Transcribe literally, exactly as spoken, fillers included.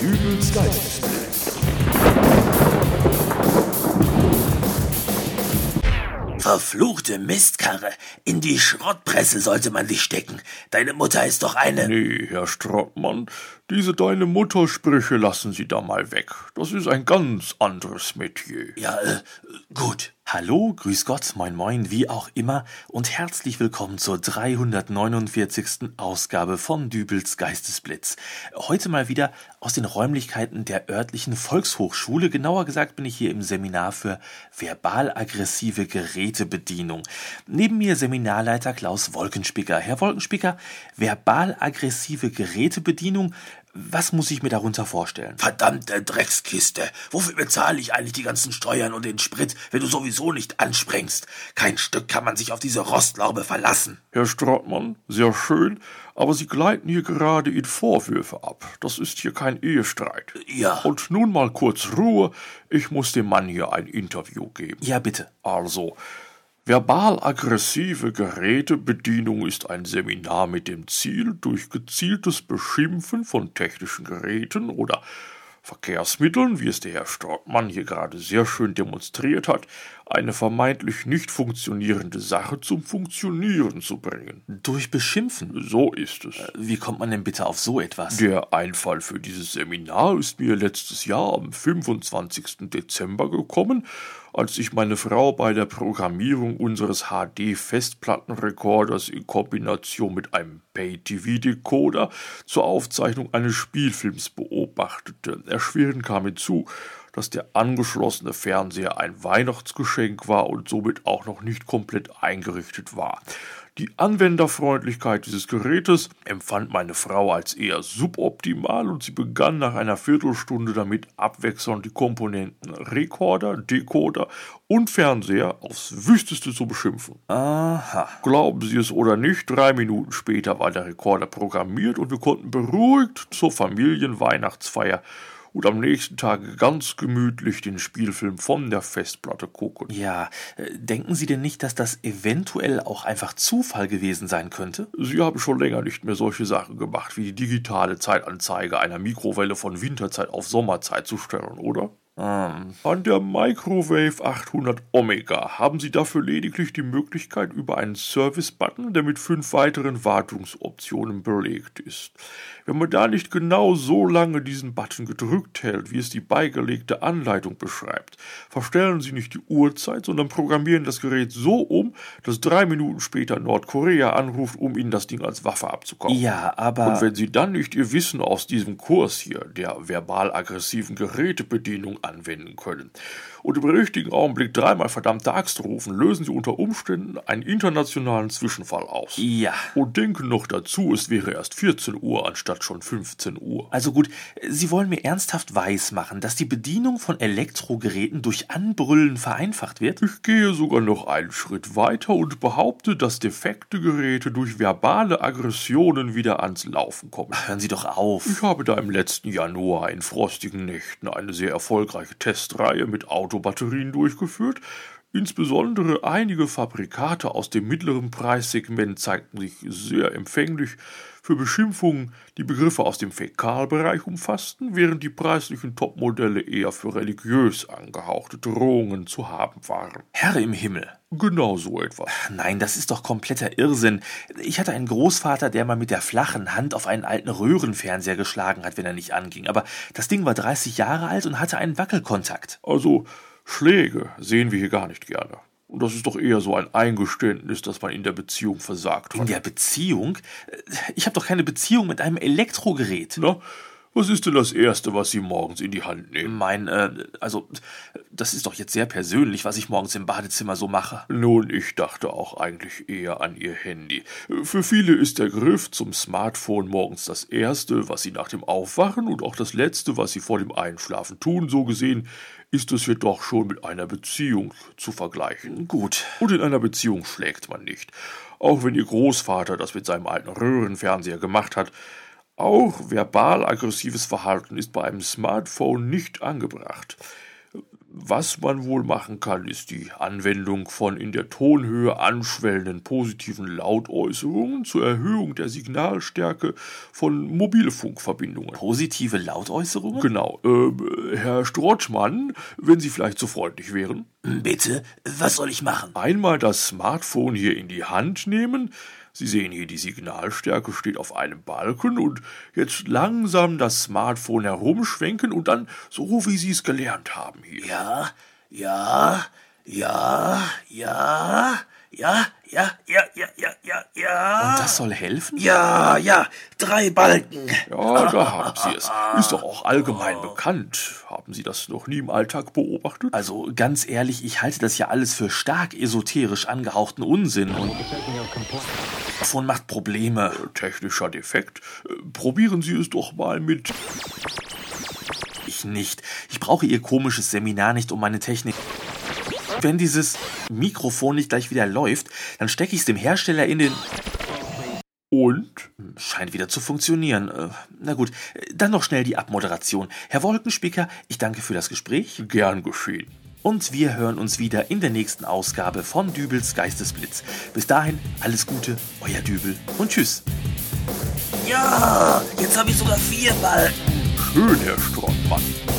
Dübels Geistesblitz. Verfluchte Mistkarre, in die Schrottpresse sollte man dich stecken. Deine Mutter ist doch eine... Nee, Herr Strottmann, diese deine Muttersprüche lassen Sie da mal weg. Das ist ein ganz anderes Metier. Ja, äh, gut. Hallo, grüß Gott, moin moin, wie auch immer und herzlich willkommen zur dreihundertneunundvierzigsten Ausgabe von Dübels Geistesblitz. Heute mal wieder aus den Räumlichkeiten der örtlichen Volkshochschule. Genauer gesagt bin ich hier im Seminar für verbal-aggressive Gerätebedienung. Neben mir Seminarleiter Klaus Wolkenspicker. Herr Wolkenspicker, verbal-aggressive Gerätebedienung, was muss ich mir darunter vorstellen? Verdammte Dreckskiste. Wofür bezahle ich eigentlich die ganzen Steuern und den Sprit, wenn du sowieso nicht anspringst? Kein Stück kann man sich auf diese Rostlaube verlassen. Herr Strottmann, sehr schön, aber Sie gleiten hier gerade in Vorwürfe ab. Das ist hier kein Ehestreit. Ja. Und nun mal kurz Ruhe. Ich muss dem Mann hier ein Interview geben. Ja, bitte. Also, verbal-aggressive Gerätebedienung ist ein Seminar mit dem Ziel, durch gezieltes Beschimpfen von technischen Geräten oder Verkehrsmitteln, wie es der Herr Strottmann hier gerade sehr schön demonstriert hat, eine vermeintlich nicht funktionierende Sache zum Funktionieren zu bringen. Durch Beschimpfen? So ist es. Wie kommt man denn bitte auf so etwas? Der Einfall für dieses Seminar ist mir letztes Jahr am fünfundzwanzigsten Dezember gekommen, als ich meine Frau bei der Programmierung unseres H D-Festplattenrekorders in Kombination mit einem Pay-T V-Decoder zur Aufzeichnung eines Spielfilms beobachtete. Erschwerend kam hinzu, dass der angeschlossene Fernseher ein Weihnachtsgeschenk war und somit auch noch nicht komplett eingerichtet war. Die Anwenderfreundlichkeit dieses Gerätes empfand meine Frau als eher suboptimal und sie begann nach einer Viertelstunde damit, abwechselnd die Komponenten Rekorder, Decoder und Fernseher aufs Wüsteste zu beschimpfen. Aha. Glauben Sie es oder nicht, drei Minuten später war der Rekorder programmiert und wir konnten beruhigt zur Familienweihnachtsfeier und am nächsten Tag ganz gemütlich den Spielfilm von der Festplatte gucken. Ja, äh, denken Sie denn nicht, dass das eventuell auch einfach Zufall gewesen sein könnte? Sie haben schon länger nicht mehr solche Sachen gemacht, wie die digitale Zeitanzeige einer Mikrowelle von Winterzeit auf Sommerzeit zu stellen, oder? Ähm. An der Microwave achthundert Omega haben Sie dafür lediglich die Möglichkeit über einen Service-Button, der mit fünf weiteren Wartungsoptionen belegt ist. Wenn man da nicht genau so lange diesen Button gedrückt hält, wie es die beigelegte Anleitung beschreibt, verstellen Sie nicht die Uhrzeit, sondern programmieren das Gerät so um, dass drei Minuten später Nordkorea anruft, um Ihnen das Ding als Waffe abzukaufen. Ja, aber... Und wenn Sie dann nicht Ihr Wissen aus diesem Kurs hier, der verbal-aggressiven Gerätebedienung, anwenden können und im richtigen Augenblick dreimal verdammte Axt rufen, lösen Sie unter Umständen einen internationalen Zwischenfall aus. Ja. Und denken noch dazu, es wäre erst vierzehn Uhr anstatt schon fünfzehn Uhr. Also gut, Sie wollen mir ernsthaft weismachen, dass die Bedienung von Elektrogeräten durch Anbrüllen vereinfacht wird? Ich gehe sogar noch einen Schritt weiter und behaupte, dass defekte Geräte durch verbale Aggressionen wieder ans Laufen kommen. Hören Sie doch auf. Ich habe da im letzten Januar in frostigen Nächten eine sehr erfolgreiche Testreihe mit Autobatterien durchgeführt. Insbesondere einige Fabrikate aus dem mittleren Preissegment zeigten sich sehr empfänglich für Beschimpfungen, die Begriffe aus dem Fäkalbereich umfassten, während die preislichen Topmodelle eher für religiös angehauchte Drohungen zu haben waren. Herr im Himmel. Genau so etwas. Nein, das ist doch kompletter Irrsinn. Ich hatte einen Großvater, der mal mit der flachen Hand auf einen alten Röhrenfernseher geschlagen hat, wenn er nicht anging. Aber das Ding war dreißig Jahre alt und hatte einen Wackelkontakt. Also, Schläge sehen wir hier gar nicht gerne. Und das ist doch eher so ein Eingeständnis, dass man in der Beziehung versagt hat. In der Beziehung? Ich habe doch keine Beziehung mit einem Elektrogerät. Na, was ist denn das Erste, was Sie morgens in die Hand nehmen? Mein, äh, also, das ist doch jetzt sehr persönlich, was ich morgens im Badezimmer so mache. Nun, ich dachte auch eigentlich eher an Ihr Handy. Für viele ist der Griff zum Smartphone morgens das Erste, was Sie nach dem Aufwachen und auch das Letzte, was Sie vor dem Einschlafen tun. So gesehen ist es jedoch schon mit einer Beziehung zu vergleichen. Gut. Und in einer Beziehung schlägt man nicht. Auch wenn Ihr Großvater das mit seinem alten Röhrenfernseher gemacht hat. Auch verbal-aggressives Verhalten ist bei einem Smartphone nicht angebracht. Was man wohl machen kann, ist die Anwendung von in der Tonhöhe anschwellenden positiven Lautäußerungen zur Erhöhung der Signalstärke von Mobilfunkverbindungen. Positive Lautäußerungen? Genau. Äh, Herr Strothmann, wenn Sie vielleicht so freundlich wären. Bitte, was soll ich machen? Einmal das Smartphone hier in die Hand nehmen. Sie sehen hier, die Signalstärke steht auf einem Balken und jetzt langsam das Smartphone herumschwenken und dann so, wie Sie es gelernt haben hier. Ja, ja, ja, ja, ja, ja, ja, ja, ja, ja, ja. Und das soll helfen? Ja, ja, drei Balken. Ja, da haben Sie es. Ist doch auch allgemein bekannt. Haben Sie das noch nie im Alltag beobachtet? Also ganz ehrlich, ich halte das ja alles für stark esoterisch angehauchten Unsinn und davon macht Probleme. Technischer Defekt. Probieren Sie es doch mal mit. Ich nicht. Ich brauche Ihr komisches Seminar nicht um meine Technik. Wenn dieses Mikrofon nicht gleich wieder läuft, dann stecke ich es dem Hersteller in den... Und? Scheint wieder zu funktionieren. Äh, na gut, dann noch schnell die Abmoderation. Herr Wolkenspicker, ich danke für das Gespräch. Gern geschehen. Und wir hören uns wieder in der nächsten Ausgabe von Dübels Geistesblitz. Bis dahin, alles Gute, euer Dübel und tschüss. Ja, jetzt habe ich sogar vier Balken. Schön, Herr Strothmann.